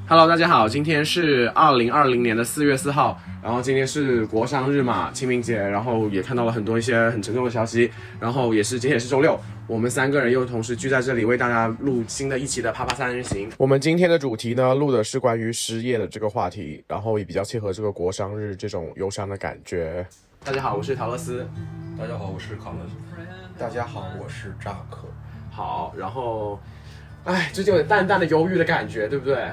Hello， 大家好，今天是2020年的4月4号，然后今天是国商日嘛，清明节，然后也看到了一些很沉重的消息，然后今天也是周六，我们3个人又同时聚在这里为大家录新的一期的啪啪三人行。我们今天的主题呢，录的是关于失业的这个话题，然后也比较切合这个国商日这种忧伤的感觉。大家好，我是陶乐斯。 大家好，我是卡门。 大家好，我是扎克。 好，然后最近有点淡淡的忧郁的感觉，对不对？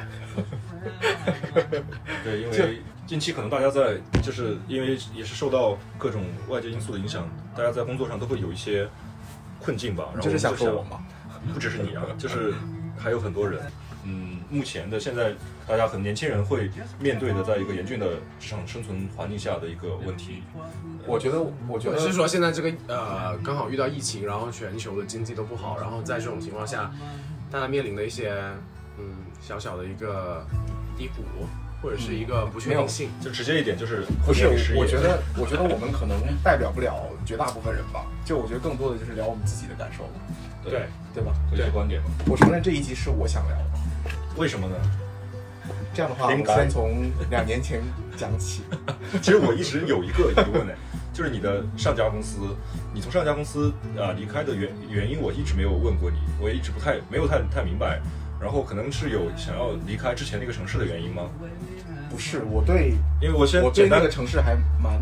对，因为近期可能大家就是因为也是受到各种外界因素的影响，大家在工作上都会有一些困境吧。然后就是想说我吗？ 不只是你啊，就是还有很多人。目前的现在大家很年轻人会面对的，在一个严峻的职场生存环境下的一个问题。 我觉得是说现在这个刚好遇到疫情，然后全球的经济都不好，然后在这种情况下，大家面临的一些小小的一个低谷，或者是一个不确定性。 就直接一点就是不是，我觉得我们可能代表不了绝大部分人吧。就我觉得更多的就是聊我们自己的感受。对吧？ 有一些观点吧。 我承认这一集是我想聊的。 为什么呢？ 这样的话，我们先从2年前讲起。 其实我一直有一个疑问呢，就是你的上家公司，你从上家公司离开的原因，我一直没有问过你，我也一直没有太明白。然后可能是有想要离开之前那个城市的原因吗？ 不是， 因为我对那个城市还蛮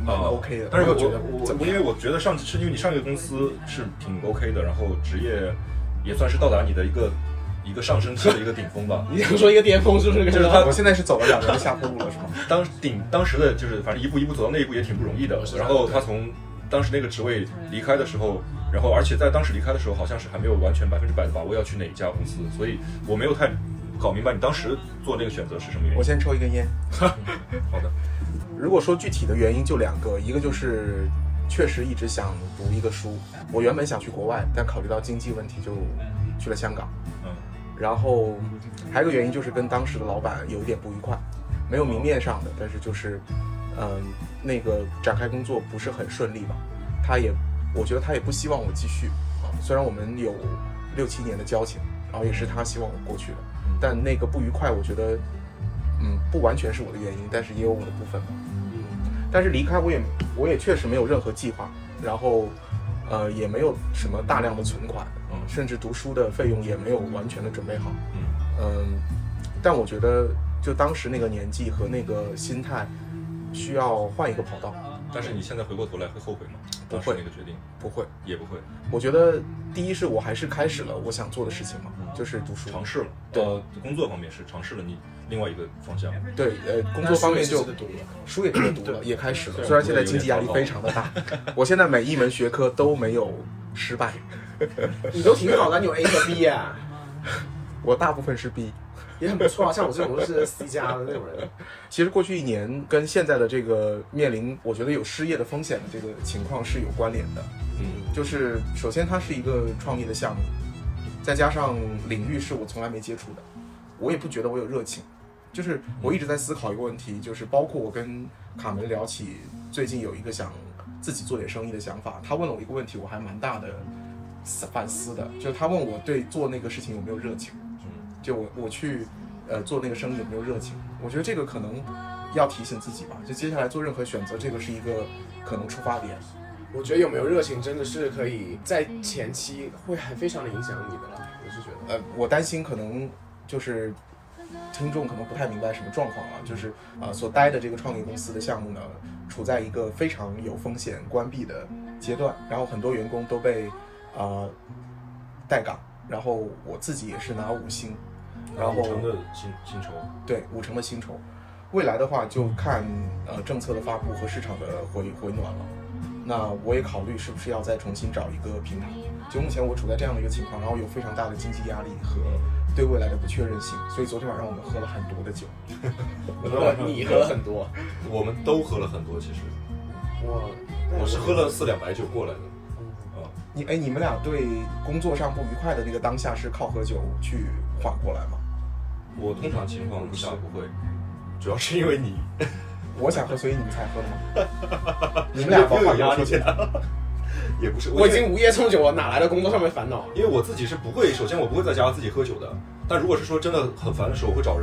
OK 的。 但是因为我觉得是因为你上一个公司是挺 OK 的，然后职业也算是到达你的一个上升期的一个顶峰吧。 你想说一个巅峰是不是？ 就是我现在是走了2年的下坡路了，是吗？ 当时的就是反正一步一步走到那一步也挺不容易的。然后他从当时那个职位离开的时候，然后而且在当时离开的时候，好像是还没有完全100%的把握要去哪一家公司，所以我没有太搞明白你当时做这个选择是什么原因。 我先抽一根烟。 好的。 如果说具体的原因就2个，一个就是确实一直想读一个书，我原本想去国外，但考虑到经济问题就去了香港。然后还有一个原因就是跟当时的老板有一点不愉快，没有明面上的，但是就是那个展开工作不是很顺利吧。我觉得他也不希望我继续啊，虽然我们有6、7年的交情，然后也是他希望我过去的，但那个不愉快，我觉得不完全是我的原因，但是也有我的部分吧。但是离开我也确实没有任何计划，然后也没有什么大量的存款，甚至读书的费用也没有完全的准备好。但我觉得就当时那个年纪和那个心态，需要换一个跑道。 但是你现在回过头来会后悔吗？ 不会， 那个决定不会， 也不会。 我觉得第一是我还是开始了我想做的事情嘛，就是读书， 尝试了。工作方面是尝试了你另外一个方向。 对，工作方面就书也真的读了，也开始了。虽然现在经济压力非常的大，我现在每一门学科都没有失败。 你都挺好的，你有 A 和 B 啊？ 我大部分是 B。 也很不错啊，像我这种都是 C 加的那种人。 其实过去1年跟现在的这个面临，我觉得有失业的风险的这个情况是有关联的。就是首先它是一个创业的项目，再加上领域是我从来没接触的，我也不觉得我有热情。就是我一直在思考一个问题，就是包括我跟卡门聊起最近有一个想自己做点生意的想法，他问了我一个问题，我还蛮大的反思的，就是他问我对做那个事情有没有热情。就我去做那个生意有没有热情？我觉得这个可能要提醒自己吧。就接下来做任何选择，这个是一个可能出发点。 我觉得有没有热情真的是可以在前期会很非常的影响你的了。我是觉得， 我担心可能就是听众可能不太明白什么状况啊，就是所待的这个创业公司的项目呢，处在一个非常有风险关闭的阶段，然后很多员工都被待岗，然后我自己也是拿5薪。然后 5成的薪酬， 对5成的薪酬，未来的话就看政策的发布和市场的回暖了。那我也考虑是不是要再重新找一个平台。就目前我处在这样的一个情况，然后有非常大的经济压力和对未来的不确认性，所以昨天晚上我们喝了很多的酒。 你喝了很多， 我们都喝了很多。其实我是喝了4两白酒过来的。 你们俩对工作上不愉快的那个当下是靠喝酒去缓过来吗？ 我通常情况下不会，主要是因为你， 我想喝，所以你们才喝的吗？你们俩把话压力说起来， 也不是， 我已经无业冲酒了，哪来的工作上面烦恼？ 因为我自己是不会，首先我不会在家自己喝酒的，但如果是说真的很烦的时候，我会找人，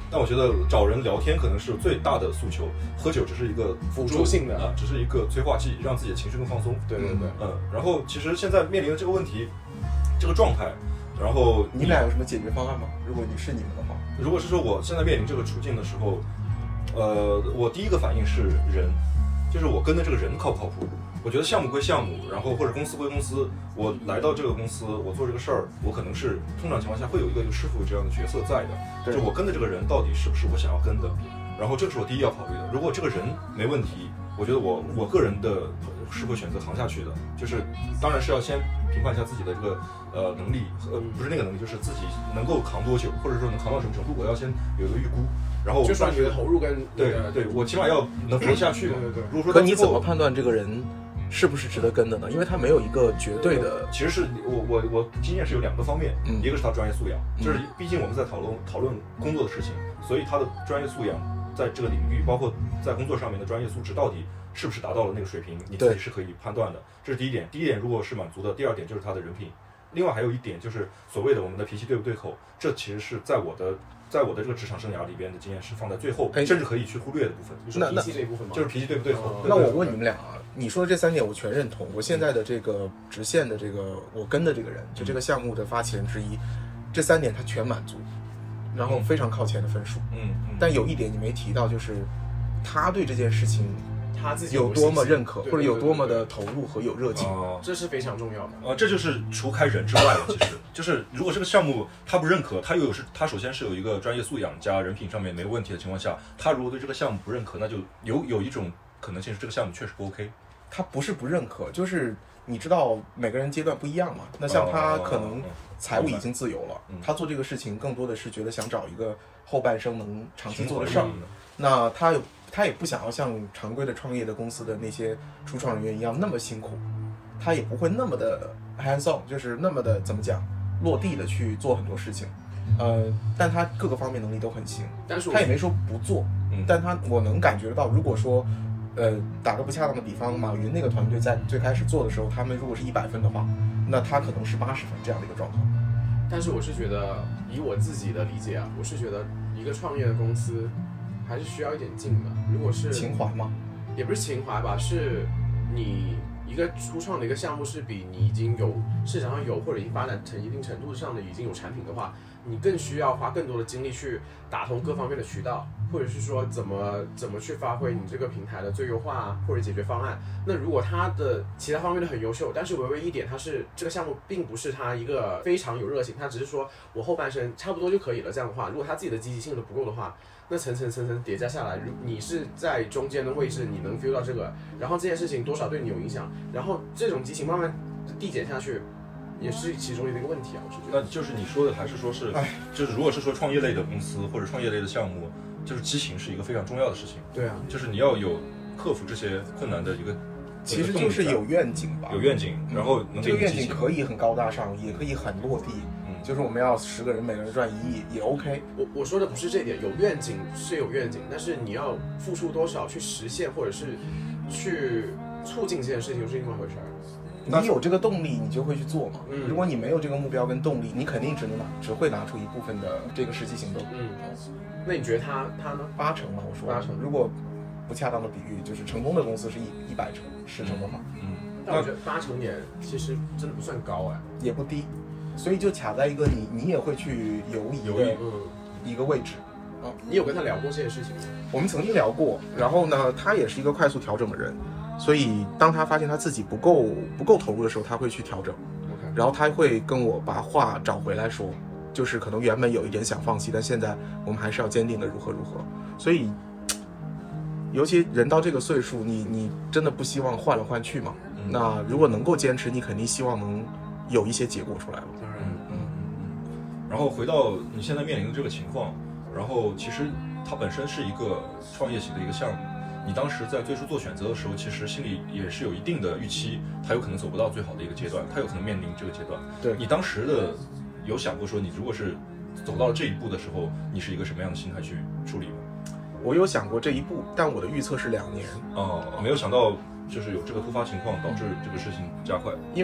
但我觉得找人聊天可能是最大的诉求，喝酒只是一个辅助性的只是一个催化剂，让自己的情绪更放松。 对， 然后其实现在面临的这个问题，这个状态，然后你们俩有什么解决方案吗？如果是你们的话， 如果是说我现在面临这个处境的时候，我第一个反应是人，就是我跟的这个人靠不靠谱。我觉得项目归项目，然后或者公司归公司，我来到这个公司，我做这个事儿，我可能是通常情况下会有一个师傅这样的角色在的，就我跟的这个人到底是不是我想要跟的，然后这个是我第一要考虑的。如果这个人没问题，我觉得我个人的是会选择扛下去的，就是当然是要先评判一下自己的这个能力，不是那个能力，就是自己能够扛多久，或者说能扛到什么程度，我要先有一个预估。然后就算你的投入跟对，我起码要能活下去嘛。对。如果说可你怎么判断这个人是不是值得跟的呢？因为他没有一个绝对的。 其实是我经验是有2个方面，一个是他专业素养，就是毕竟我们在讨论工作的事情，所以他的专业素养在这个领域，包括在工作上面的专业素质到底是不是达到了那个水平，你自己是可以判断的。这是第一点。第一点如果是满足的，第二点就是他的人品。另外还有一点就是所谓的我们的脾气对不对口，这其实是在我的这个职场生涯里边的经验是放在最后，甚至可以去忽略的部分。 就是脾气这一部分吗？ 就是脾气对不对口。 那我问你们俩啊，你说的这3点我全认同。我现在的这个直线的这个我跟的这个人，就这个项目的发起人之一，这3点他全满足，然后非常靠前的分数。但有一点你没提到，就是他对这件事情他自己有多么认可，或者有多么的投入和有热情， 这是非常重要的。 这就是除开人之外了。其实就是如果这个项目他不认可，他首先是有一个专业素养加人品上面没有问题的情况下，他如果对这个项目不认可，那就有一种可能性是这个项目确实不 OK。 他不是不认可，就是你知道每个人阶段不一样嘛。那像他可能财务已经自由了，他做这个事情更多的是觉得想找一个后半生能长期做的事儿。那他也不想要像常规的创业的公司的那些初创人员一样那么辛苦，他也不会那么的 hands on， 就是那么的怎么讲落地的去做很多事情。但他各个方面能力都很行， 但是他也没说不做，但我能感觉到，如果说打个不恰当的比方，马云那个团队在最开始做的时候，他们如果是100分的话，那他可能是80分这样的一个状况。 但是我是觉得，以我自己的理解啊，我是觉得一个创业的公司还是需要一点劲的。如果是情怀吗？ 也不是情怀吧，是你一个初创的一个项目，是比你已经有市场上有或者已经发展成一定程度上的已经有产品的话，你更需要花更多的精力去打通各方面的渠道，或者是说怎么去发挥你这个平台的最优化或者解决方案。那如果他的其他方面都很优秀，但是唯一一点，他是这个项目并不是他一个非常有热情，他只是说我后半生差不多就可以了。这样的话，如果他自己的积极性都不够的话，那层叠加下来，你是在中间的位置，你能 feel 到这个，然后这件事情多少对你有影响，然后这种激情慢慢递减下去，也是其中的一个问题啊。我是觉得， 那就是你说的，还是说是，就是如果是说创业类的公司或者创业类的项目，就是激情是一个非常重要的事情。 对啊， 就是你要有克服这些困难的一个， 其实就是有愿景吧， 有愿景，然后能这个愿景可以很高大上，也可以很落地。就是我们要10个人，每个人赚1亿也 OK。 我说的不是这点，有愿景是有愿景，但是你要付出多少去实现，或者是去促进这件事情，是另外一回事儿。 你有这个动力，你就会去做嘛。如果你没有这个目标跟动力，你肯定只会拿出一部分的这个实际行动。 那你觉得他呢 ？8成嘛，我说 8成。 如果不恰当的比喻，就是成功的公司是100成，10成的话， 但我觉得8成也其实真的不算高哎， 也不低。所以就卡在一个你也会去犹疑的一个位置。 你有跟他聊过这些事情吗？ 我们曾经聊过，然后呢，他也是一个快速调整的人，所以当他发现他自己不够投入的时候，他会去调整。然后他会跟我把话找回来说，就是可能原本有一点想放弃，但现在我们还是要坚定的如何。所以，尤其人到这个岁数，你真的不希望换来换去嘛？那如果能够坚持，你肯定希望能有一些结果出来了。 当然， 然后回到你现在面临的这个情况，然后其实它本身是一个创业型的一个项目，你当时在最初做选择的时候，其实心里也是有一定的预期，它有可能走不到最好的一个阶段，它有可能面临这个阶段。 对， 你当时的有想过说，你如果是走到这一步的时候，你是一个什么样的心态去处理吗？ 我有想过这一步，但我的预测是2年。 没有想到就是有这个突发情况导致这个事情加快。 因为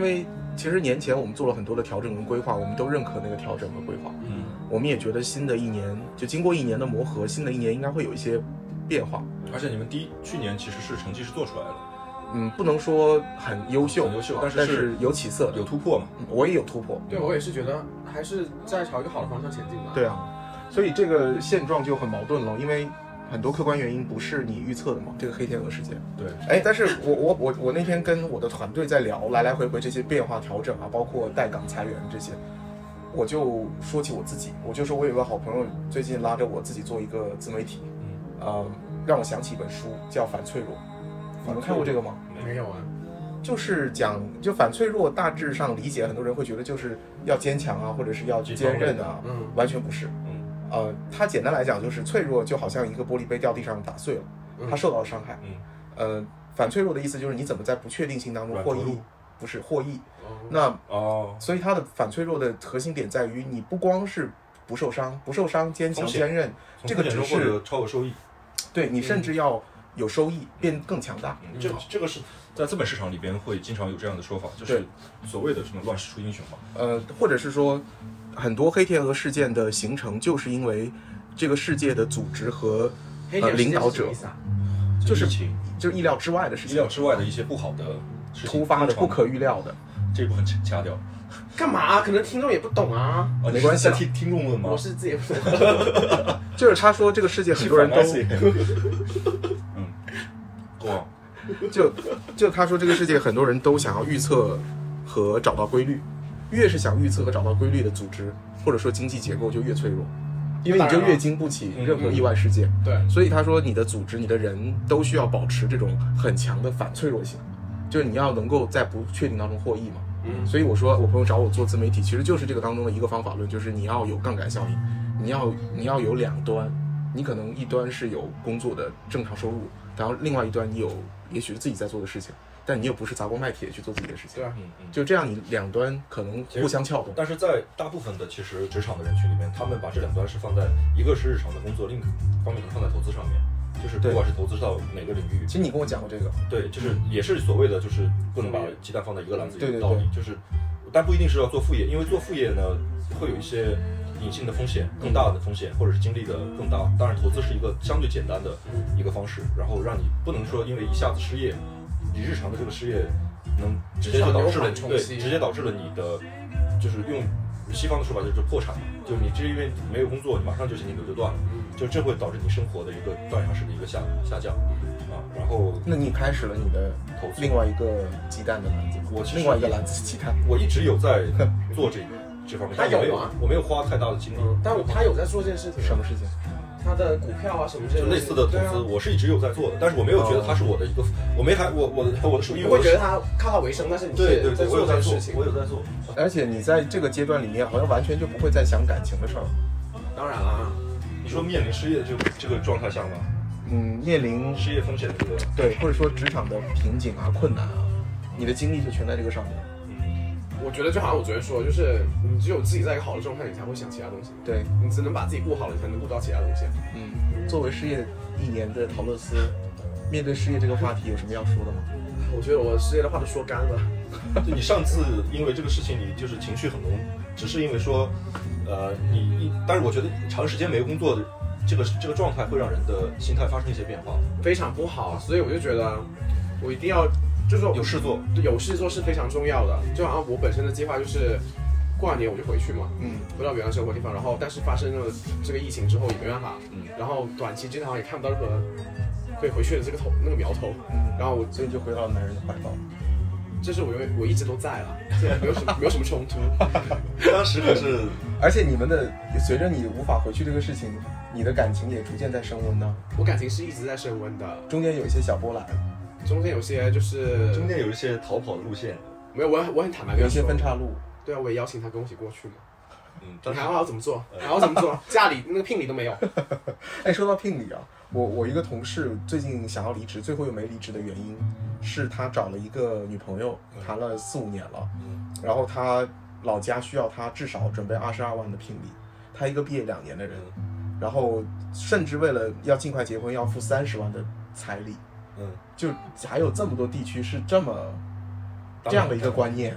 其实年前我们做了很多的调整跟规划，我们都认可那个调整和规划。我们也觉得新的一年就经过1年的磨合，新的一年应该会有一些变化。 而且你们去年其实是成绩是做出来了， 不能说很优秀，但是有起色， 有突破嘛。 我也有突破， 对我也是觉得还是在朝一个好的方向前进吧。 对啊，所以这个现状就很矛盾了，因为很多客观原因不是你预测的嘛，这个黑天鹅事件。 对， 但是我那天跟我的团队在聊来来回回这些变化调整啊，包括带岗裁员这些，我就说起我自己，我就说我有个好朋友最近拉着我自己做一个自媒体，让我想起一本书叫《反脆弱》，你们看过这个吗？ 没有啊。 就是讲就反脆弱，大致上理解，很多人会觉得就是要坚强啊，或者是要坚韧啊，完全不是。它简单来讲就是脆弱就好像一个玻璃杯掉地上打碎了，它受到了伤害。反脆弱的意思就是你怎么在不确定性当中获益，不是获益。所以它的反脆弱的核心点在于你不光是不受伤，坚强坚韧，这个只是超额收益。 对你甚至要有收益，变更强大。 这个是在资本市场里边会经常有这样的说法，就是所谓的什么乱世出英雄嘛。 或者是说很多黑天鹅事件的形成，就是因为这个世界的组织和领导者，就是意料之外的事情， 意料之外的一些不好的事情， 突发的、不可预料的， 这部分掐掉。 干嘛？可能听众也不懂啊。 没关系， 听众问吗？ 我是自己不懂。 就是他说这个世界很多人都， 哇， 就他说这个世界很多人都想要预测和找到规律，越是想预测和找到规律的组织或者说经济结构就越脆弱，因为你就越经不起任何意外事件。 对， 所以他说你的组织、你的人都需要保持这种很强的反脆弱性，就是你要能够在不确定当中获益嘛。所以我说我朋友找我做自媒体，其实就是这个当中的一个方法论，就是你要有杠杆效应，你要有两端，你可能一端是有工作的正常收入，然后另外一端你有也许是自己在做的事情，但你又不是砸锅卖铁去做自己的事情。 对啊， 就这样你两端可能互相撬动。 但是在大部分的其实职场的人群里面，他们把这两端是放在一个是日常的工作，另一方面可能放在投资上面。就是不管是投资到哪个领域， 其实你跟我讲过这个， 对，就是也是所谓的就是不能把鸡蛋放在一个篮子里的道理，就是，但不一定是要做副业，因为做副业呢会有一些隐性的风险，更大的风险，或者是经历的更大。当然，投资是一个相对简单的一个方式，然后让你不能说因为一下子失业，你日常的这个失业能直接就导致了直接导致了你的就是用西方的说法就是破产嘛，就是你这因为没有工作，你马上就现金流就断了。就这会导致你生活的一个断崖式的一个下降然后那你开始了你的投资另外一个鸡蛋的篮子，另外一个篮子是鸡蛋。 我一直有在做这方面， 他有啊， 我没有花太大的精力， 但他有在做这件事情。 什么事情？ 他的股票啊什么之类的， 就类似的投资，我是一直有在做的，但是我没有觉得它是我的一个，我的收益， 你会觉得他靠它为生，但是你对在做这件事情， 我有在做， 而且你在这个阶段里面好像完全就不会再想感情的事儿。 当然啦。 你说面临失业这个状态下吗？ 面临失业风险的这个， 对，或者说职场的瓶颈啊、困难啊，你的精力就全在这个上面。 我觉得就好像我昨天说的，就是你只有自己在一个好的状态，你才会想其他东西。 对， 你只能把自己顾好了，你才能顾到其他东西。 作为失业1年的陶乐斯，面对失业这个话题有什么要说的吗？ 我觉得我失业的话都说干了。 就你上次因为这个事情，你就是情绪很浓，只是因为说，但是我觉得长时间没有工作的这个状态会让人的心态发生一些变化， 非常不好。所以我就觉得我一定要就是有事做， 有事做是非常重要的。就好像我本身的计划就是过完年我就回去嘛，回到原来生活地方。然后但是发生了这个疫情之后也没办法，然后短期之内好像也看不到任何可以回去的这个那个苗头，然后所以就回到了男人的怀抱。 这是我一直都在了，没有什么冲突。 当时可是， 而且你们的随着你无法回去这个事情，你的感情也逐渐在升温呢。 我感情是一直在升温的， 中间有一些小波澜， 中间有些就是中间有一些逃跑的路线， 没有，我很坦白跟他说， 有一些分岔路。 对啊，我也邀请他跟我一起过去嘛。你还要怎么做？还要怎么做？家里那个聘礼都没有。 说到聘礼啊，我一个同事最近想要离职，最后又没离职的原因是他找了一个女朋友，谈了4-5年了，然后他老家需要他至少准备22万的聘礼，他一个毕业2年的人，然后甚至为了要尽快结婚要付30万的彩礼，就还有这么多地区是这样的一个观念，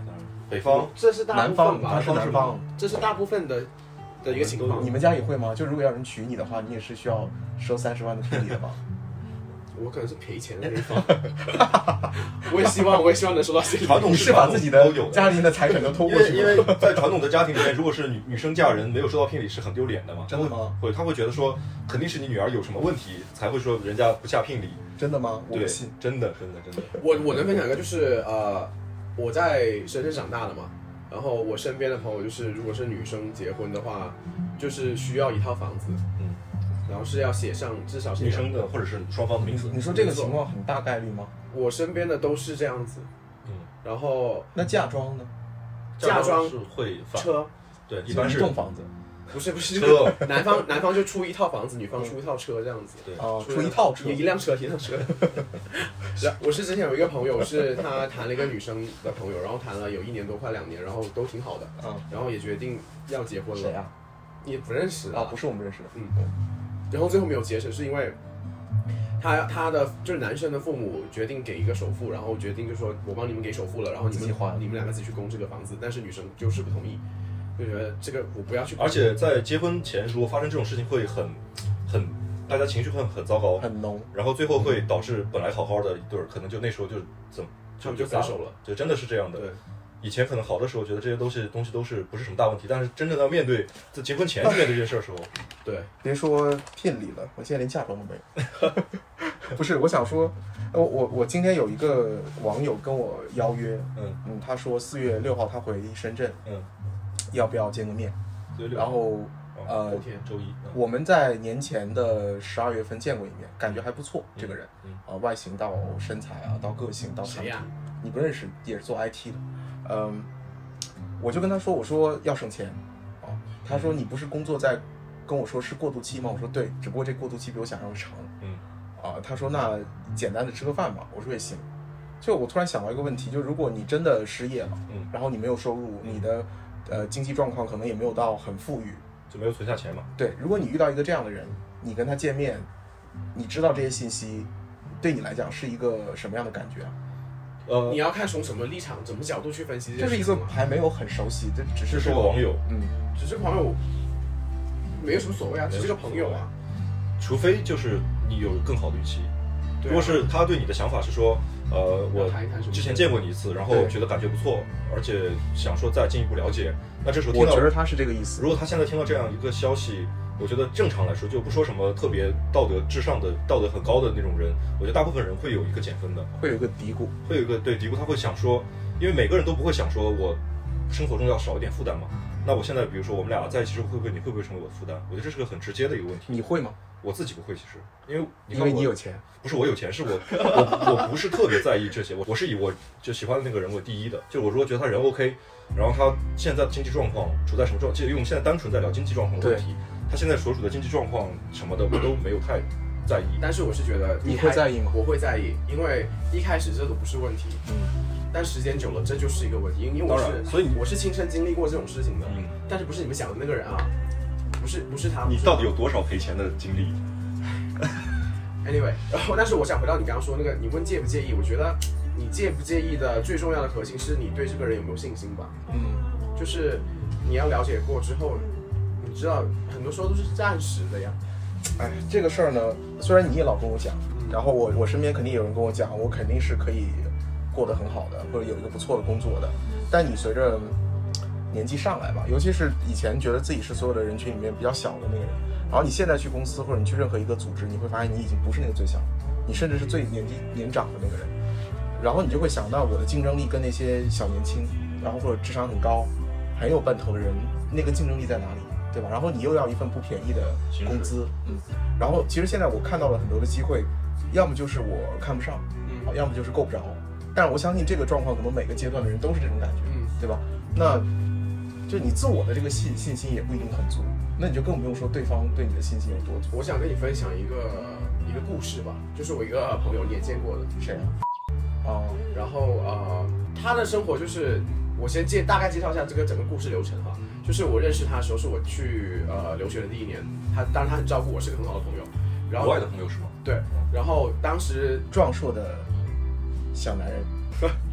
北方， 这是大部分吧？ 他是南方， 这是大部分的一个情况。 你们家也会吗？就如果要人娶你的话，你也是需要收30万的聘礼的吗？ 我可能是赔钱的那一方，我也希望能收到这个。 传统你是把自己的家庭的财产都偷过去， 因为在传统的家庭里面，如果是女生嫁人没有收到聘礼是很丢脸的嘛。 真的吗？ 他会觉得说肯定是你女儿有什么问题才会说人家不下聘礼。 真的吗？我不信， 真的。 我能分享一个就是我在深圳长大的嘛，然后我身边的朋友就是如果是女生结婚的话，就是需要一套房子。然后是要写上至少是女生的或者是双方的名字。 你说这个情况很大概率吗？ 我身边的都是这样子。然后那嫁妆呢？ 嫁妆是会车， 对，一般是一栋房子。 不是车， 男方就出一套房子，女方出一套车这样子。 对， 出一套车， 一辆车。我是之前有一个朋友，是他谈了一个女生的朋友，然后谈了有1年多快2年，然后都挺好的。然后也决定要结婚了。 谁啊？ 你不认识啊？ 不是我们认识的。 然后最后没有结成，是因为他的就是男生的父母决定给一个首付，然后决定就说我帮你们给首付了，然后你们两个自己去供这个房子，但是女生就是不同意，就觉得这个我不要去。 而且在结婚前如果发生这种事情会很大家情绪会很糟糕， 很浓， 然后最后会导致本来好好的一对儿，可能就那时候他们就分手了， 就真的是这样的。 对。 以前可能好的时候觉得这些东西都是不是什么大问题，但是真正要面对在结婚前去面对这件事的时候， 对， 别说聘礼了，我现在连嫁妆都没有。不是，我想说，我今天有一个网友跟我邀约，他说4月6号他回深圳，要不要见个面？然后后天周一， 我们在年前的12月份见过一面，感觉还不错，这个人，外形到身材啊，到个性到谈吐，你不认识，也是做 IT 的。我就跟他说，我说要省钱，他说你不是工作在跟我说是过渡期吗？我说对，只不过这过渡期比我想象的长。他说那简单的吃个饭吧，我说也行。就我突然想到一个问题，就如果你真的失业了，然后你没有收入，你的经济状况可能也没有到很富裕， 就没有存下钱嘛。 对，如果你遇到一个这样的人，你跟他见面，你知道这些信息，对你来讲是一个什么样的感觉啊？ 你要看从什么立场、什么角度去分析这是一个还没有很熟悉，这只是个网友， 只是朋友，没有什么所谓啊，只是个朋友啊。 除非就是你有更好的预期，如果是他对你的想法是说，我之前见过你一次，然后觉得感觉不错，而且想说再进一步了解，那这时候听到， 我觉得他是这个意思。 如果他现在听到这样一个消息，我觉得正常来说，就不说什么特别道德至上的、道德很高的那种人，我觉得大部分人会有一个减分的， 会有一个嘀咕， 会有一个嘀咕，他会想说，因为每个人都不会想说我生活中要少一点负担嘛。那我现在比如说我们俩在一起，你会不会成为我的负担？我觉得这是个很直接的一个问题。 你会吗？ 我自己不会，其实，因为你有钱， 不是我有钱，是我不是特别在意这些，我是以我就喜欢的那个人为第一的。就我如果觉得他人 OK， 然后他现在经济状况处在什么状态，因为我们现在单纯在聊经济状况的问题，他现在所处的经济状况什么的，我都没有太在意。 但是我是觉得你会在意吗？ 我会在意，因为一开始这都不是问题，但时间久了这就是一个问题，因为我是亲身经历过这种事情的，但是不是你们想的那个人啊。不是他。 你到底有多少赔钱的经历 ？Anyway， 然后但是我想回到你刚刚说那个，你问介不介意？我觉得你介不介意的最重要的核心是你对这个人有没有信心吧。就是你要了解过之后，你知道很多时候都是暂时的呀。 这个事儿呢，虽然你也老跟我讲，然后我身边肯定有人跟我讲，我肯定是可以过得很好的，或者有一个不错的工作的，但你随着年纪上来吧，尤其是以前觉得自己是所有的人群里面比较小的那个人，然后你现在去公司或者你去任何一个组织，你会发现你已经不是那个最小，你甚至是最年长的那个人，然后你就会想到我的竞争力跟那些小年轻，然后或者智商很高、很有奔头的人，那个竞争力在哪里，对吧？然后你又要一份不便宜的工资，然后其实现在我看到了很多的机会，要么就是我看不上，要么就是够不着，但是我相信这个状况可能每个阶段的人都是这种感觉，对吧？那就你自我的这个信心也不一定很足，那你就更不用说对方对你的信心有多足。 我想跟你分享一个故事吧，就是我一个朋友你也见过的， 谁啊？ 然后他的生活就是我先大概介绍一下这个整个故事流程哈。就是我认识他的时候是我去留学的第1年，当然他很照顾我，是个很好的朋友。然后国外的朋友是吗？ 对，然后当时壮硕的小男人。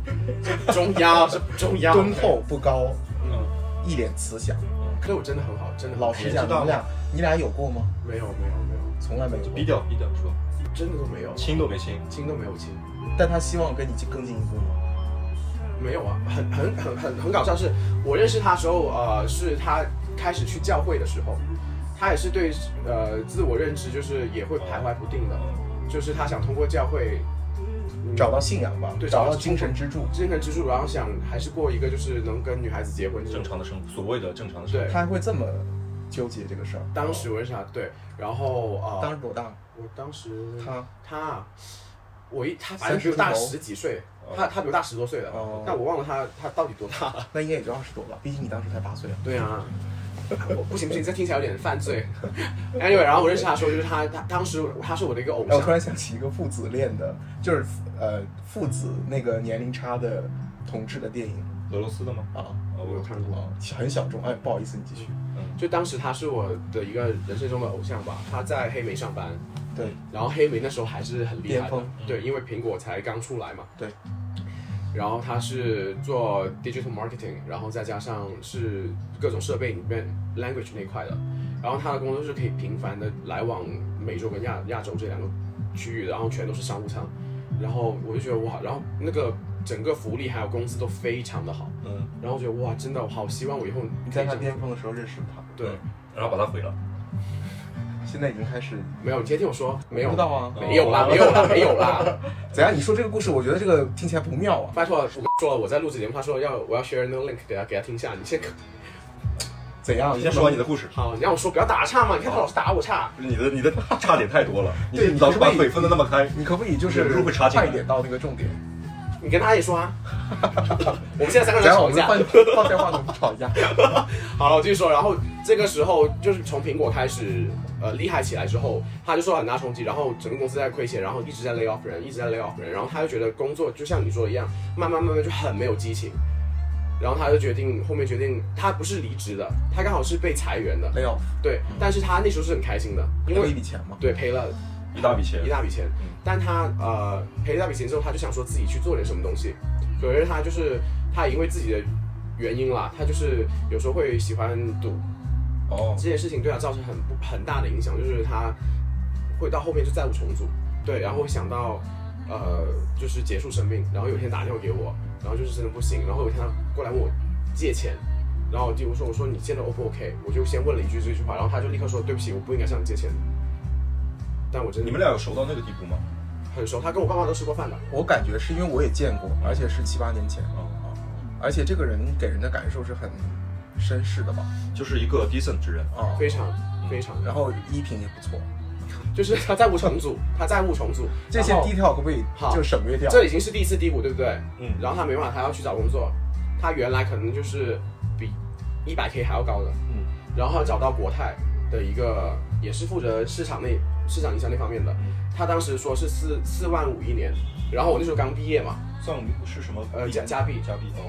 重要，这不重要。 敦厚不高，一脸慈祥。 可是我真的很好，真的很好。 老实讲，你俩有过吗？ 没有， 从来没有。 低调说， 真的都没有， 亲都没亲， 亲都没有亲。 但他希望跟你更进一步吗？ 没有啊，很搞笑是，我认识他的时候，是他开始去教会的时候，他也是对自我认知就是也会徘徊不定的，就是他想通过教会找到信仰吧， 对， 找到精神支柱， 然后想还是过一个就是能跟女孩子结婚正常的生活，所谓的正常的生活。 对，他还会这么纠结这个事儿。 当时我认识他，对，然后当时多大？ 我当时他反正比我大10几岁，他比我大10多岁的，但我忘了他到底多大了。 那应该也就20多吧，毕竟你当时才8岁啊。 对啊。不行，这听起来有点犯罪。Anyway， 然后我认识他的时候，就是他当时他是我的一个偶像。 我突然想起一个父子恋的，就是父子那个年龄差的同志的电影。 俄罗斯的吗？ 我有看过， 很小众。不好意思，你继续。 就当时他是我的一个人生中的偶像吧，他在黑莓上班。 对。 然后黑莓那时候还是很厉害的，对，因为苹果才刚出来嘛。 对。 然后他是做 digital marketing， 然后再加上是各种设备里面 language 那一块的，然后他的工作是可以频繁的来往美洲跟亚洲这2个区域的，然后全都是商务舱，然后我就觉得哇，然后那个整个福利还有工资都非常的好，然后我觉得哇，真的我好希望我以后你在他巅峰的时候认识他， 对， 然后把他毁了。 现在已经开始没有，你先听我说，没有， 不知道啊， 没有啦。 怎样？你说这个故事，我觉得这个听起来不妙啊。 拜托，我说了，我在录制节目，他说我要 share 那个 link 给他听一下，你先。 怎样？ 你先说完你的故事。 好，你让我说，不要打岔嘛！你看他老是打我岔。 你的差点太多了， 你老是把腿分得那么开。 你可不可以就是快一点到那个重点？ 你跟他也说啊。我们现在3个人吵架， 放下话筒不吵架。 好了，我继续说。然后这个时候就是从苹果开始，厉害起来之后，他就受到很大冲击，然后整个公司在亏钱，然后一直在 lay off 人，然后他就觉得工作就像你说的一样，慢慢就很没有激情。然后他就后面决定，他不是离职的，他刚好是被裁员的 lay off。 对，但是他那时候是很开心的，因为一笔钱嘛。 对，赔了一大笔钱。 但他赔了一大笔钱之后，他就想说自己去做点什么东西。可是他因为自己的原因啦，他就是有时候会喜欢赌。这件事情对他造成很大的影响，就是他会到后面就债务重组。对，然后会想到就是结束生命。然后有一天打电话给我，然后就是真的不行。然后有一天他过来问我借钱，然后我说你现在 O 不 OK？ 我就先问了这句话，然后他就立刻说对不起，我不应该向你借钱。但我真的， 你们俩有熟到那个地步吗？ 很熟，他跟我爸妈都吃过饭的。 我感觉是因为我也见过，而且是7、8年前。而且这个人给人的感受是很绅士的吧， 就是一个 decent 之人非常。 然后衣品也不错， 就是他债务重组， 这些低调可不可以就省略掉？ 这已经是第4低谷，对不对？然后他没办法，他要去找工作，他原来可能就是比100K 还要高的，然后他找到国泰的一个也是负责市场营销那方面的，他当时说是4万5一年，然后我那时候刚毕业嘛。 算是什么？ 加币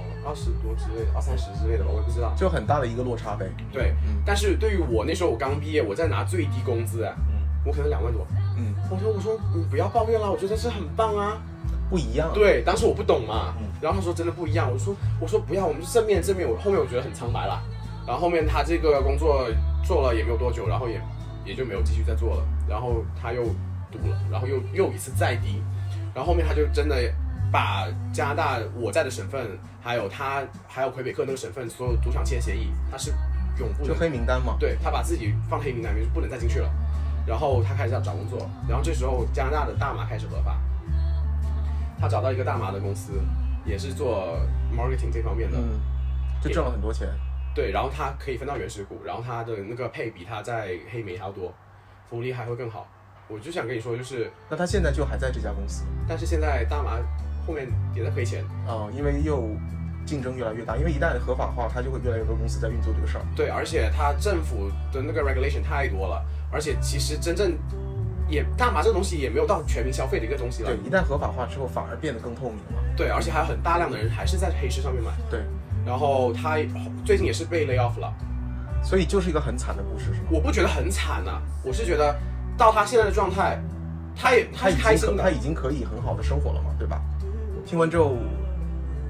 20多之类的，20-30之类的吧，我也不知道。 就很大的一个落差呗。 对，但是对于我那时候我刚毕业，我在拿最低工资我可能2万多。我说你不要抱怨啦，我觉得这很棒啊。 不一样。 对，当时我不懂嘛，然后他说真的不一样，我说不要，我们就正面，我后面我觉得很苍白啦。然后后面他这个工作做了也没有多久，然后也就没有继续再做了，然后他又赌了，然后又一次再低，然后后面他就真的。把加拿大我在的省份，还有魁北克那个省份所有赌场签协议，他是永不就黑名单嘛。 对，他把自己放黑名单里面，不能再进去了。然后他开始要找工作，然后这时候加拿大的大麻开始合法，他找到一个大麻的公司，也是做 marketing 这方面的， 就挣了很多钱。 对，然后他可以分到原始股，然后他的那个配比他在黑莓还要多，福利还会更好。我就想跟你说，就是那他现在就还在这家公司， 但是现在大麻后面也在亏钱因为又竞争越来越大，因为一旦合法化，它就会越来越多公司在运作这个事儿。 对，而且它政府的那个 regulation 太多了，而且其实真正大麻这个东西也没有到全民消费的一个东西了。 对，一旦合法化之后，反而变得更透明了。 对，而且还有很大量的人还是在黑市上面买。 对， 然后他最近也是被 lay off 了， 所以就是一个很惨的故事，是吗？ 我不觉得很惨啊，我是觉得到他现在的状态，他是开心的， 他已经可以很好的生活了嘛，对吧？听完之后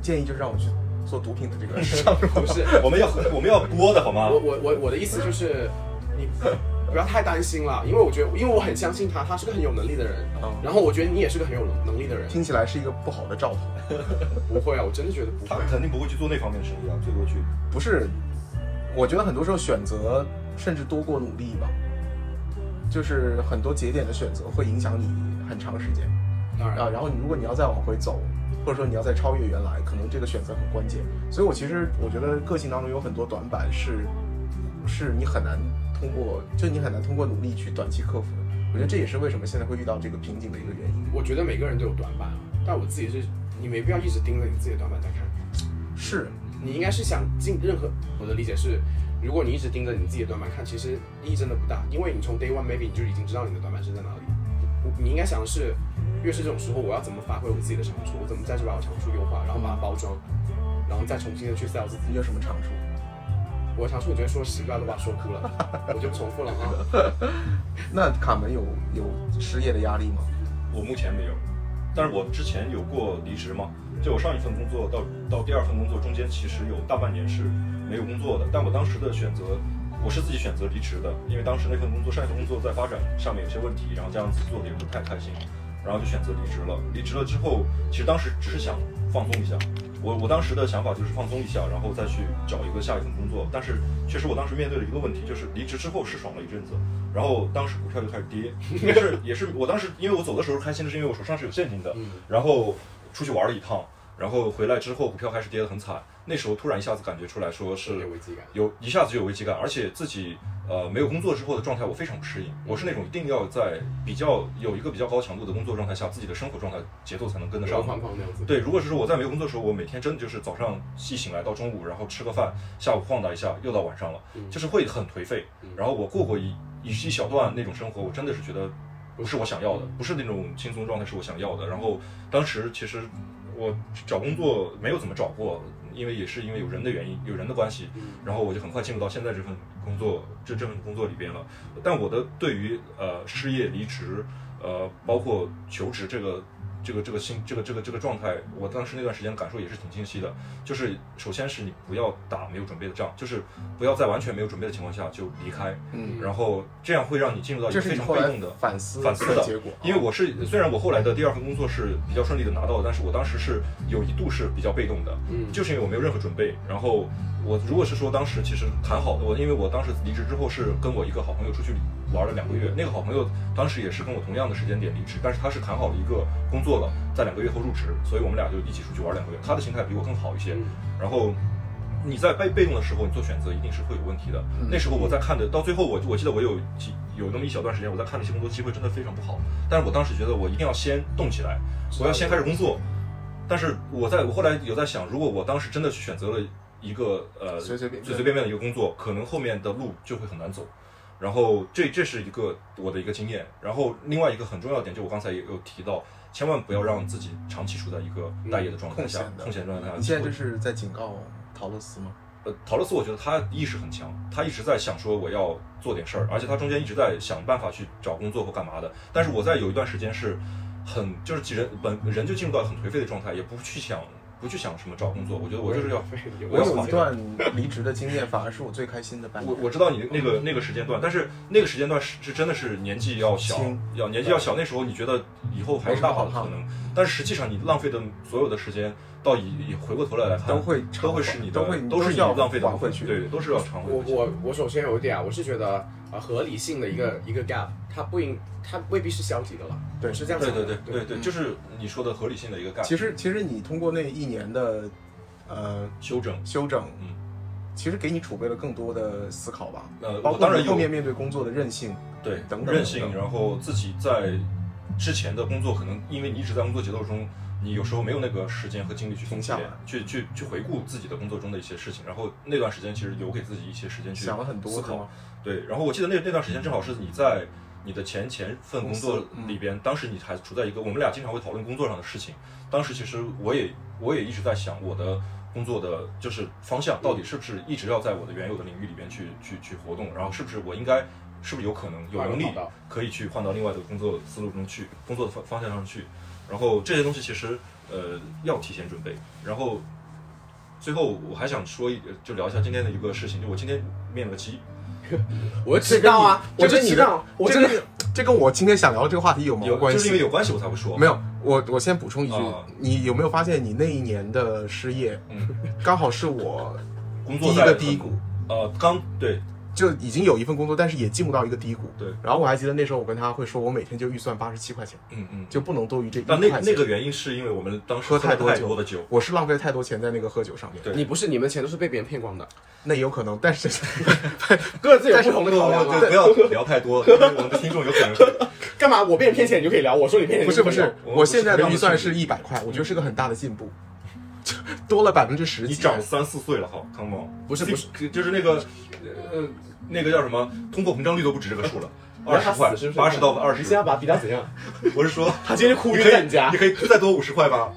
建议就是让我去做毒品的这个市场， 不是， 我们要播的好吗？ 我的意思就是你不要太担心了，因为我很相信他是个很有能力的人，然后我觉得你也是个很有能力的人。 听起来是一个不好的兆头。 不会啊，我真的觉得不会。 他肯定不会去做那方面的生意啊，最多去。 不是，我觉得很多时候选择甚至多过努力吧，就是很多节点的选择会影响你很长时间。 当然然后如果你要再往回走，或者说你要再超越原来，可能这个选择很关键。所以我觉得个性当中有很多短板是你很难通过努力去短期克服的。我觉得这也是为什么现在会遇到这个瓶颈的一个原因。 我觉得每个人都有短板啊，但我自己是，你没必要一直盯着你自己的短板在看。 是， 你应该是想尽任何，我的理解是，如果你一直盯着你自己的短板看，其实意义真的不大，因为你从 day one maybe 你就已经知道你的短板是在哪里。你应该想的是，越是这种时候，我要怎么发挥我自己的长处，我怎么再去把我长处优化，然后把它包装，然后再重新的去 sell 自己。 你有什么长处？ 我的长处你觉得说10个都把它说哭了，我就不重复了啊。 那卡门有失业的压力吗？ 我目前没有，但是我之前有过离职嘛，就我上一份工作到第二份工作中间，其实有大半年是没有工作的。但我当时的选择，我是自己选择离职的，因为当时上一份工作在发展上面有些问题，然后这样子做的也不太开心，然后就选择离职了。离职了之后，其实当时只是想放松一下。我当时的想法就是放松一下，然后再去找一个下一份工作。但是确实我当时面对了一个问题，就是离职之后是爽了一阵子，然后当时股票就开始跌，也是我当时因为我走的时候开心的是因为我手上是有现金的，然后出去玩了一趟，然后回来之后股票开始跌得很惨，那时候突然一下子感觉出来说是有危机感， 一下子就有危机感，而且自己没有工作之后的状态我非常不适应，我是那种一定要在有一个比较高强度的工作状态下，自己的生活状态节奏才能跟得上。对，如果是说我在没有工作的时候，我每天真的就是早上一醒来到中午，然后吃个饭，下午晃荡一下又到晚上了，就是会很颓废。然后我过过一小段那种生活，我真的是觉得不是我想要的，不是那种轻松状态是我想要的。然后当时其实我找工作没有怎么找过，因为有人的原因，有人的关系，然后我就很快进入到现在这份工作里边了。但我的对于失业离职包括求职这个状态，我当时那段时间感受也是挺清晰的。就是首先是你不要打没有准备的仗，就是不要在完全没有准备的情况下就离开，然后这样会让你进入到一个非常被动的反思的结果。 因为虽然我后来的第二份工作是比较顺利的拿到的，但是我当时是有一度是比较被动的，就是因为我没有任何准备。然后我如果是说当时其实谈好的，因为我当时离职之后是跟我一个好朋友出去玩了2个月，那个好朋友当时也是跟我同样的时间点离职，但是他是谈好了一个工作了，在2个月后入职，所以我们俩就一起出去玩2个月。他的心态比我更好一些。然后你在被动的时候，你做选择一定是会有问题的。那时候我在看的，到最后我记得我有那么一小段时间我在看那些工作机会，真的非常不好。但是我当时觉得我一定要先动起来，我要先开始工作。但是我后来有在想，如果我当时真的去选择了一个随随便便的一个工作，可能后面的路就会很难走。然后这是我的一个经验。然后另外一个很重要的点，就我刚才也有提到，千万不要让自己长期处在一个待业的状态下，空闲状态下。 你现在就是在警告陶乐斯吗？ 陶乐斯我觉得他意识很强，他一直在想说我要做点事儿，而且他中间一直在想办法去找工作或干嘛的。但是我在有一段时间是就是人就进入到很颓废的状态，也不去想什么找工作。我觉得我就是要我有一段离职的经验，反而是我最开心的半年。 我知道你那个时间段，但是那个时间段是真的是年纪要小，那时候你觉得以后还有大好的可能，但是实际上你浪费的所有的时间，到以回过头来看，都会是你浪费的还回去， 对，都是要偿回。 我首先有一点啊，我是觉得合理性的一个 gap， 它未必是消极的了， 对， 是这样子的。 对，就是你说的合理性的一个 gap。 其实你通过那1年的修整， 其实给你储备了更多的思考吧。 包括后面面对工作的韧性， 对， 等等韧性，然后自己在之前的工作，可能因为你一直在工作节奏中，你有时候没有那个时间和精力去停下来，去回顾自己的工作中的一些事情。然后那段时间其实留给自己一些时间去想了很多思考。对，然后我记得那段时间正好是你在你的前份工作里边，当时你还处在一个我们俩经常会讨论工作上的事情。当时其实我也一直在想我的工作的就是方向到底是不是一直要在我的原有的领域里边去活动，然后是不是我应该是不是有可能有能力可以去换到另外的工作思路中去，工作的方向上去。然后这些东西其实要提前准备。然后最后我还想说就聊一下今天的一个事情，就我今天面了个鸡。 我知道啊，我就知道， 这跟我今天想聊的这个话题有没有关系？ 就是因为有关系我才会说。 没有，我先补充一句，你有没有发现你那一年的失业，刚好是我工作第一个低谷。 对。 就已经有一份工作，但是也进入到一个低谷。 对。 然后我还记得那时候我跟他会说，我每天就预算87块钱，就不能多于这1块钱。 但那个原因是因为我们当时喝太多的酒， 我是浪费太多钱在那个喝酒上面。 对， 你不是，你们钱都是被别人骗光的。 那也有可能，但是各自有不同的考量。 不要聊太多，因为我们的听众有可能干嘛？我被人骗钱你就可以聊，我说你骗钱。 不是，我现在的预算是100块，我觉得是个很大的进步。多了10%， 你长3-4岁了，好 ，come on， 不是， 就是那个叫什么，通货膨胀率都不止这个数了，20块，80到20。 你现在把他逼到怎样？ 我是说， 他今天哭晕人家， 你可以再多50块吧。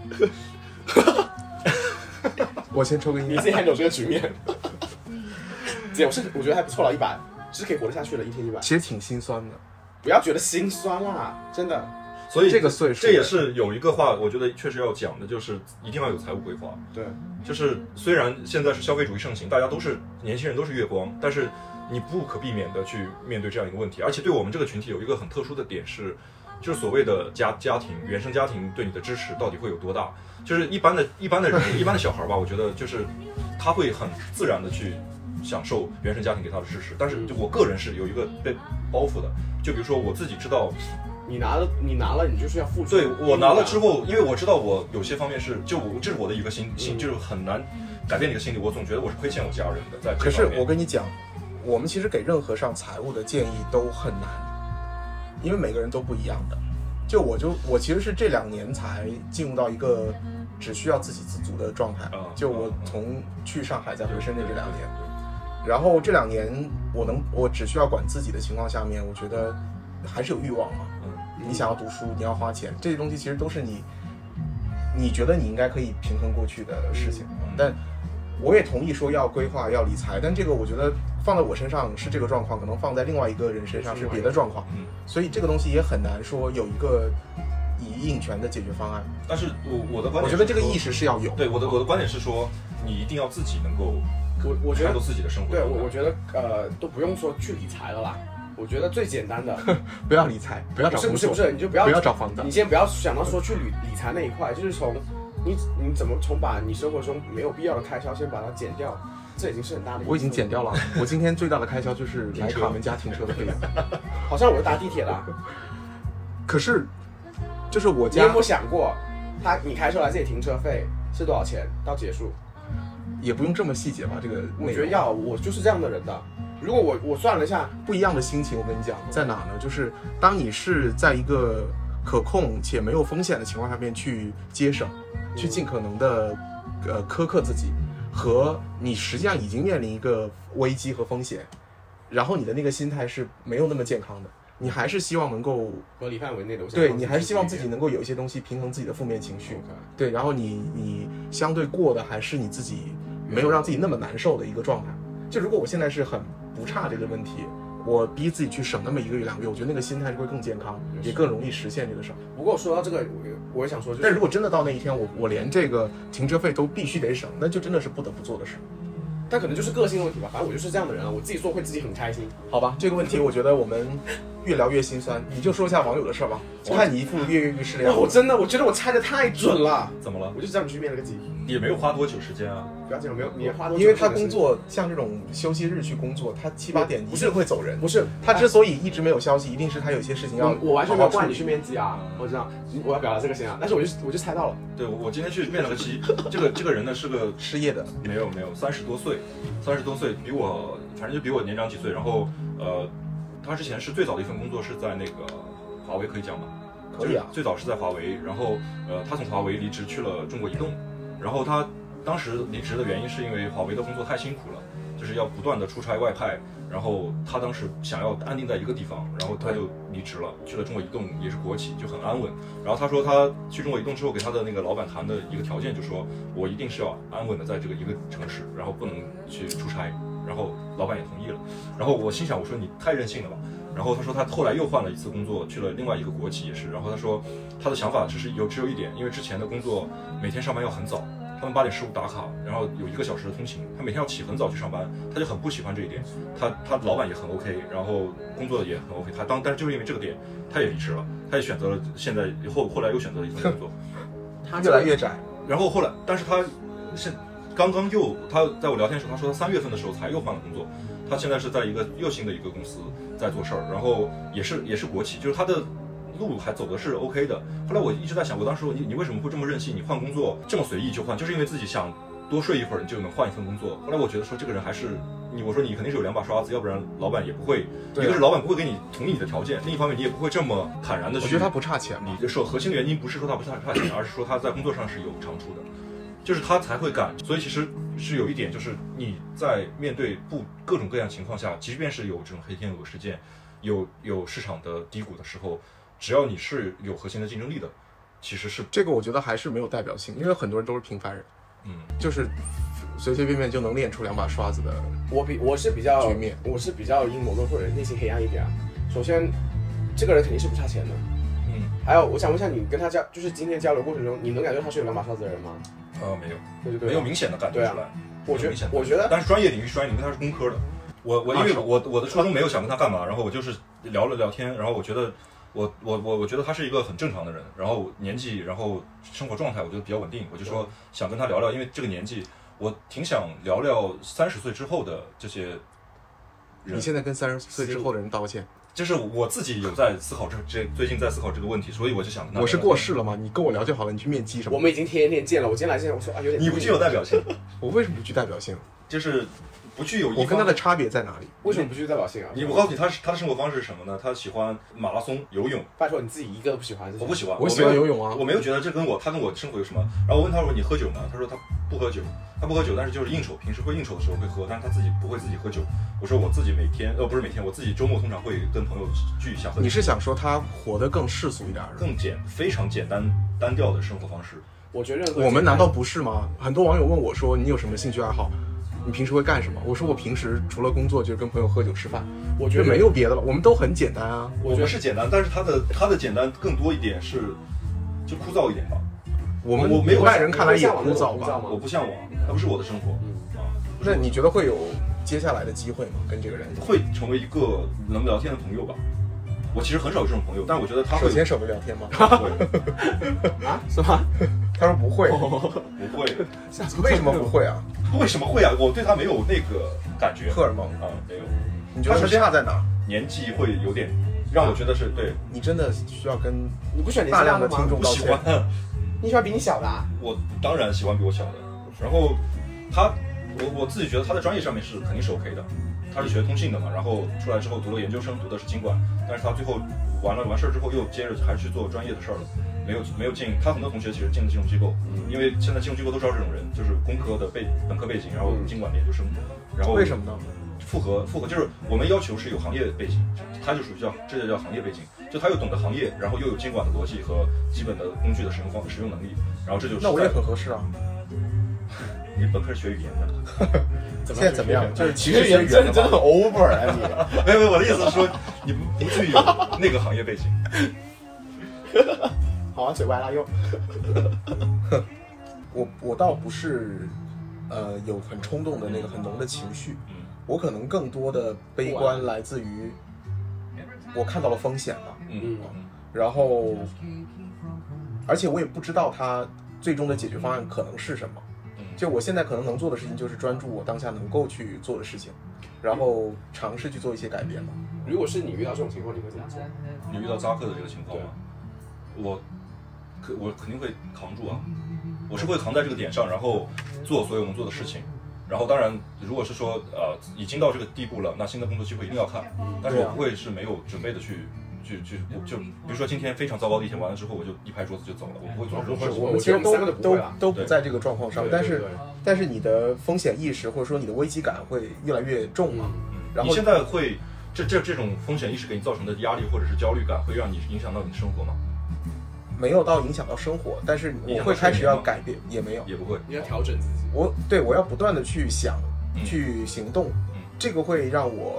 我先抽个烟， 你自己 handle 这个局面。姐，我觉得还不错了，100，是可以活得下去了，1天100。 其实挺心酸的， 不要觉得心酸啦，真的。 所以这个岁数， 这也是有一个话，我觉得确实要讲的，就是一定要有财务规划。 对， 就是虽然现在是消费主义盛行，大家都是年轻人，都是月光，但是你不可避免的去面对这样一个问题。而且对我们这个群体有一个很特殊的点是，就是所谓的家庭原生家庭对你的支持到底会有多大？就是一般的人，一般的小孩吧，我觉得就是他会很自然的去享受原生家庭给他的支持，但是就我个人是有一个被包袱的。就比如说我自己知道。 你拿了，你就是要付出。 对，我拿了之后，因为我知道我有些方面是，这是我的一个心，就是很难改变的一个心理。我总觉得我是亏欠我家人的，在这方面。 可是我跟你讲，我们其实给任何上财务的建议都很难，因为每个人都不一样的。我其实是这2年才进入到一个只需要自给自足的状态。就我从去上海再回深圳这2年，然后这2年我只需要管自己的情况下面，我觉得还是有欲望嘛。你想要读书，你要花钱，这些东西其实都是你觉得你应该可以平衡过去的事情。但我也同意说要规划要理财，但这个我觉得放在我身上是这个状况，可能放在另外一个人身上是别的状况。所以这个东西也很难说有一个以应全的解决方案。 但是我的观点， 我觉得这个意识是要有。 对，我的观点是说，你一定要自己能够我觉得自己的生活。 对，我觉得都不用说去理财了啦。我觉得最简单的， 不要理财，不要找工作， 不是，你就不要找房子。 你先不要想到说去理财那一块，就是从你怎么把你生活中没有必要的开销先把它减掉，这已经是很大的。 我已经减掉了，我今天最大的开销就是来卡门家停车的费用。 好像我是搭地铁的。 可是，就是我家， 你有没有想过，你开车来这里停车费是多少钱到结束？ 也不用这么细节吧？这个我觉得我就是这样的人的。如果我算了一下， 不一样的心情，我跟你讲在哪呢？就是当你是在一个可控且没有风险的情况下面去节省，去尽可能的苛刻自己，和你实际上已经面临一个危机和风险，然后你的那个心态是没有那么健康的。你还是希望能够合理范围内的， 对，你还是希望自己能够有一些东西平衡自己的负面情绪，对，然后你相对过的还是你自己没有让自己那么难受的一个状态。就如果我现在是很不差这个问题，我逼自己去省那么1个月2个月，我觉得那个心态会更健康，也更容易实现这个事儿。 不过说到这个，我也想说， 但如果真的到那一天，我连这个停车费都必须得省，那就真的是不得不做的事。 但可能就是个性问题吧，反正我就是这样的人啊，我自己做会自己很开心。 好吧，这个问题我觉得我们越聊越心酸，你就说一下网友的事儿吧。我看你一副跃跃欲试的样子。 我真的，我觉得我猜的太准了。 怎么了？ 我就知道你去面了个鸡。 也没有花多久时间啊。 不要这样，没有，你花多久？ 因为他工作像这种休息日去工作，他7、8点一定会走人。 不是， 他之所以一直没有消息，一定是他有些事情要。 我完全没有怪你去面鸡啊，我知道，我要表达这个先啊。但是我就猜到了。 对，我今天去面了个鸡，这个人呢是个失业的， 没有30多岁，比我反正就比我年长几岁。然后他之前是最早的一份工作是在那个华为，可以讲吗？ 可以啊。 最早是在华为，然后他从华为离职去了中国移动，然后他当时离职的原因是因为华为的工作太辛苦了，就是要不断的出差外派，然后他当时想要安定在一个地方，然后他就离职了，去了中国移动，也是国企，就很安稳。然后他说他去中国移动之后给他的那个老板谈的一个条件，就说我一定是要安稳的在这个一个城市，然后不能去出差，然后老板也同意了。然后我心想，我说你太任性了吧， 然后他说他后来又换了一次工作，去了另外一个国企也是。然后他说他的想法只有一点，因为之前的工作每天上班要很早，他们8点15打卡，然后有1个小时的通勤，他每天要起很早去上班，他就很不喜欢这一点。他老板也很 OK， 然后工作也很 OK， 但是就是因为这个点，他也离职了，他也选择了现在后来又选择了一份工作， 他越来越窄。 然后后来，但是他刚他在我聊天的时候，他说他3月份的时候才又换了工作，他现在是在又新的一个公司在做事儿，然后也是国企，就是他的路还走的是 OK 的。后来我一直在想，我当时说你为什么会这么任性？你换工作这么随意就换，就是因为自己想多睡一会儿你就能换一份工作。后来我觉得说这个人还是我说你肯定是有2把刷子，要不然老板也不会，一个是老板不会给你同意你的条件，另一方面你也不会这么坦然的去。 我觉得他不差钱嘛。 你说核心的原因不是说他不差钱，而是说他在工作上是有长处的，就是他才会干。所以其实是有一点，就是你在面对各种各样情况下，即便是有这种黑天鹅事件，有市场的低谷的时候，只要你是有核心的竞争力的，其实是这个我觉得还是没有代表性，因为很多人都是平凡人，就是随随便便就能练出2把刷子的。 我是比较阴谋论或者内心黑暗一点啊。首先，这个人肯定是不差钱的。还有我想问一下，你跟他就是今天交流过程中，你能感觉他是有2把刷子的人吗？ 没有， 对， 没有明显的感觉出来。 我觉得， 但是专业领域因为他是工科的，因为我的初衷没有想跟他干嘛，然后我就是聊了聊天，然后我觉得我觉得他是一个很正常的人，然后年纪，然后生活状态我觉得比较稳定，我就说想跟他聊聊，因为这个年纪我挺想聊聊30岁之后的这些人。 你现在跟30岁之后的人道歉？ 就是我自己有在思考最近在思考这个问题，所以我就想跟他聊聊。 我是过世了吗？你跟我聊就好了，你去面基什么？ 我们已经天天见了，我今天来见，我说有点。 你不具有代表性。 我为什么不具代表性？ 就是不具有。 我跟他的差别在哪里？ 为什么不具代表性啊？ 我告诉你，他的生活方式是什么呢？他喜欢马拉松、游泳。 拜托你自己一个都不喜欢？ 我不喜欢， 我喜欢游泳啊。 我没有觉得他跟我生活有什么。然后我问他说你喝酒吗？他说他不喝酒，但是就是应酬，平时会应酬的时候会喝，但是他自己不会自己喝酒。我说我自己不是每天，我自己周末通常会跟朋友聚一下喝酒。 你是想说他活得更世俗一点， 非常简单单调的生活方式？ 我觉得我们难道不是吗？很多网友问我说你有什么兴趣爱好？你平时会干什么？我说我平时除了工作就是跟朋友喝酒吃饭，我觉得没有别的了，我们都很简单啊。 我觉得是简单，但是他的简单更多一点是就枯燥一点吧。 我没有外人看来也枯燥吧？ 我不向往，那不是我的生活。 那你觉得会有接下来的机会吗？跟这个人会成为一个能聊天的朋友吧？我其实很少有这种朋友，但我觉得他会手牵手的聊天吗？ 会啊？是吗？ 他说不会， 不会。 为什么不会啊？ 为什么会啊？我对他没有那个感觉。 荷尔蒙啊，没有。 你觉得他差在哪？ 年纪会有点让我觉得是对。 你真的需要跟你不喜欢大量的听众道歉？ 你喜欢比你小的啊？ 我当然喜欢比我小的。然后我自己觉得他在专业上面是肯定是 OK 的，他是学通信的嘛，然后出来之后读了研究生，读的是经管，但是他最后完事之后又接着还是去做专业的事儿了，没有进。他很多同学其实进了金融机构，因为现在金融机构都招这种人，就是工科的本科背景，然后经管的研究生，然后为什么呢？ 复合就是我们要求是有行业背景，他就属于这就叫行业背景，就他又懂得行业，然后又有监管的逻辑和基本的工具的使用能力，然后这就是那我也很合适啊。 你本科是学语言的， 现在怎么样？就是其实学语言真的很 over 啊你。 没有，我的意思是说你不具有那个行业背景。 好啊，嘴歪了又。 我倒不是有很冲动的那个很浓的情绪，我可能更多的悲观来自于我看到了风险了，然后而且我也不知道它最终的解决方案可能是什么。就我现在可能能做的事情就是专注我当下能够去做的事情，然后尝试去做一些改变吧。 如果是你遇到这种情况，你会怎么做？ 你遇到扎克的这个情况吗？我肯定会扛住啊，我是会扛在这个点上，然后做所有能做的事情。然后当然，如果是说已经到这个地步了，那新的工作机会一定要看，但是我不会是没有准备的去就比如说今天非常糟糕的一天完了之后，我就一拍桌子就走了，我不会做这种事情。 我们其实都不在这个状况上，但是你的风险意识或者说你的危机感会越来越重嘛。然后你现在会这种风险意识给你造成的压力或者是焦虑感，会让你影响到你的生活吗？ 没有到影响到生活，但是我会开始要改变，也没有， 也不会。 你要调整自己。 我要不断的去想，去行动，这个会让我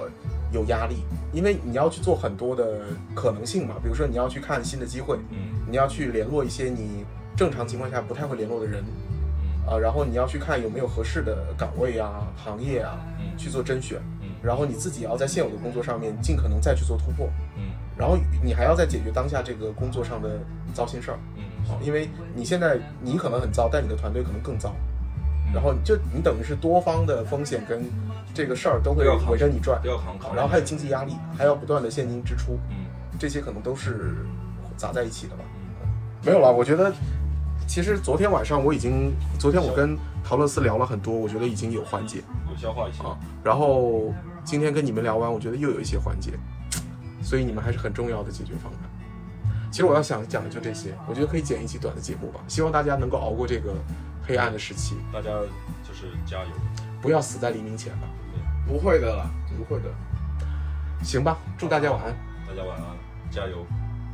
有压力，因为你要去做很多的可能性嘛，比如说你要去看新的机会，你要去联络一些你正常情况下不太会联络的人，然后你要去看有没有合适的岗位啊、行业啊，去做甄选，然后你自己要在现有的工作上面尽可能再去做突破，然后你还要再解决当下这个工作上的糟心事儿，因为你现在你可能很糟，但你的团队可能更糟，然后你等于是多方的风险跟这个事儿都会围着你转，然后还有经济压力，还要不断的现金支出，这些可能都是砸在一起的吧。没有了，我觉得其实昨天晚上我跟陶乐斯聊了很多，我觉得已经有缓解， 有消化一些然后今天跟你们聊完，我觉得又有一些缓解，所以你们还是很重要的解决方案。其实我要想讲的就这些，我觉得可以剪一期短的节目吧，希望大家能够熬过这个黑暗的时期， 大家就是加油， 不要死在黎明前吧。 不会的啦，不会的。 行吧，祝大家晚安。 大家晚安，加油。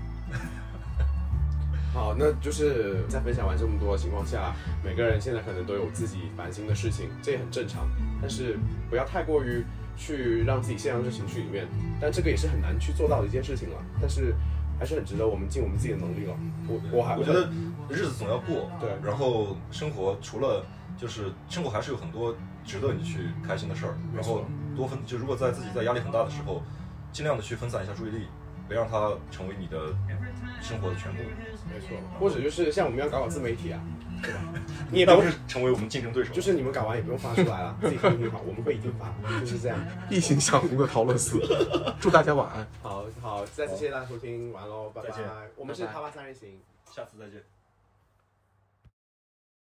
好，那就是在分享完这么多的情况下，每个人现在可能都有自己烦心的事情，这也很正常。但是不要太过于去让自己陷入这情绪里面，但这个也是很难去做到的一件事情了。但是还是很值得我们尽我们自己的能力了。我觉得日子总要过， 对， 然后生活除了就是生活还是有很多值得你去开心的事儿，然后就如果在自己在压力很大的时候，尽量的去分散一下注意力，别让它成为你的生活的全部。 没错，或者就是像我们要搞自媒体啊，对吧？ 你也不是成为我们竞争对手， 就是你们搞完也不用发出来了，自己听听好，我们会一定发，就是这样。 一心想红的陶乐斯，祝大家晚安。 好，再次谢谢大家收听，完喽，拜拜。我们是啪啪三人行， 下次再见。